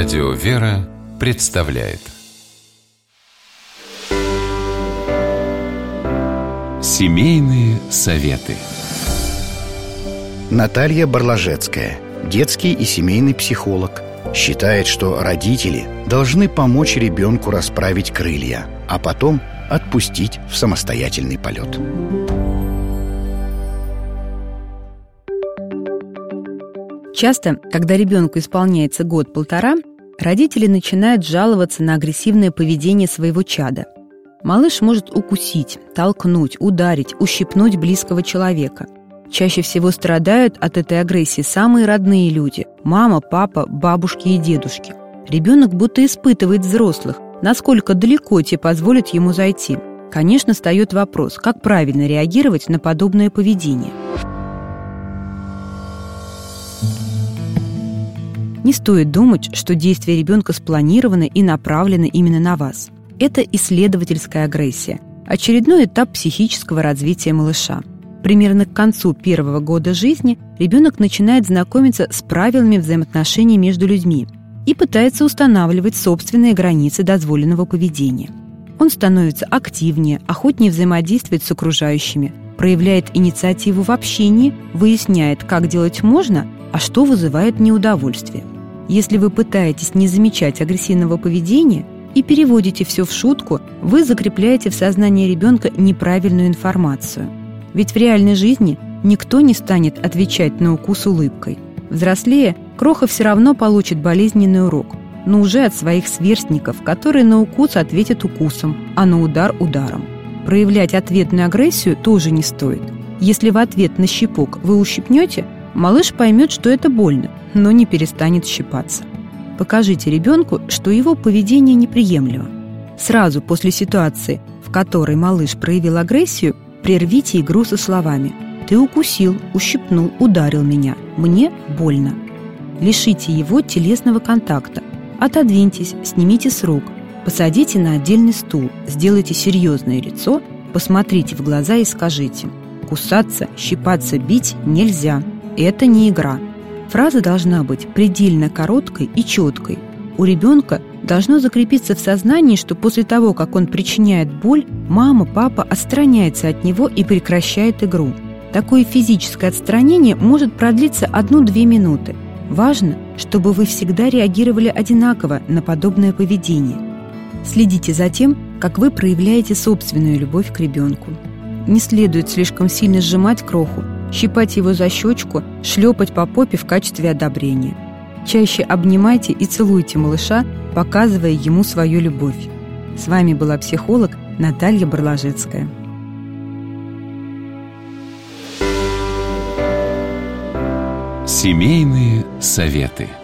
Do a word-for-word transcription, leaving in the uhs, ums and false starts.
Радио «Вера» представляет Семейные советы. Наталья Барложецкая, детский и семейный психолог, считает, что родители должны помочь ребенку расправить крылья, а потом отпустить в самостоятельный полет. Часто, когда ребенку исполняется год-полтора, родители начинают жаловаться на агрессивное поведение своего чада. Малыш может укусить, толкнуть, ударить, ущипнуть близкого человека. Чаще всего страдают от этой агрессии самые родные люди – мама, папа, бабушки и дедушки. Ребенок будто испытывает взрослых, насколько далеко те позволят ему зайти. Конечно, встает вопрос, как правильно реагировать на подобное поведение. Не стоит думать, что действия ребенка спланированы и направлены именно на вас. Это исследовательская агрессия, очередной этап психического развития малыша. Примерно к концу первого года жизни ребенок начинает знакомиться с правилами взаимоотношений между людьми и пытается устанавливать собственные границы дозволенного поведения. Он становится активнее, охотнее взаимодействует с окружающими, проявляет инициативу в общении, выясняет, как делать можно, а что вызывает неудовольствие. Если вы пытаетесь не замечать агрессивного поведения и переводите все в шутку, вы закрепляете в сознании ребенка неправильную информацию. Ведь в реальной жизни никто не станет отвечать на укус улыбкой. Взрослея, Кроха все равно получит болезненный урок, но уже от своих сверстников, которые на укус ответят укусом, а на удар – ударом. Проявлять ответную агрессию тоже не стоит. Если в ответ на щипок вы ущипнете, малыш поймет, что это больно, но не перестанет щипаться. Покажите ребенку, что его поведение неприемлемо. Сразу после ситуации, в которой малыш проявил агрессию, прервите игру со словами: «Ты укусил, ущипнул, ударил меня. Мне больно». Лишите его телесного контакта. Отодвиньтесь, снимите с рук, посадите на отдельный стул, сделайте серьезное лицо, посмотрите в глаза и скажите: «Кусаться, щипаться, бить нельзя. Это не игра». Фраза должна быть предельно короткой и четкой. У ребенка должно закрепиться в сознании, что после того, как он причиняет боль, мама, папа отстраняются от него и прекращает игру. Такое физическое отстранение может продлиться одну-две минуты. Важно, чтобы вы всегда реагировали одинаково на подобное поведение. Следите за тем, как вы проявляете собственную любовь к ребенку. Не следует слишком сильно сжимать Кроху, щипать его за щечку, шлепать по попе в качестве одобрения. Чаще обнимайте и целуйте малыша, показывая ему свою любовь. С вами была психолог Наталья Барложецкая. Семейные советы.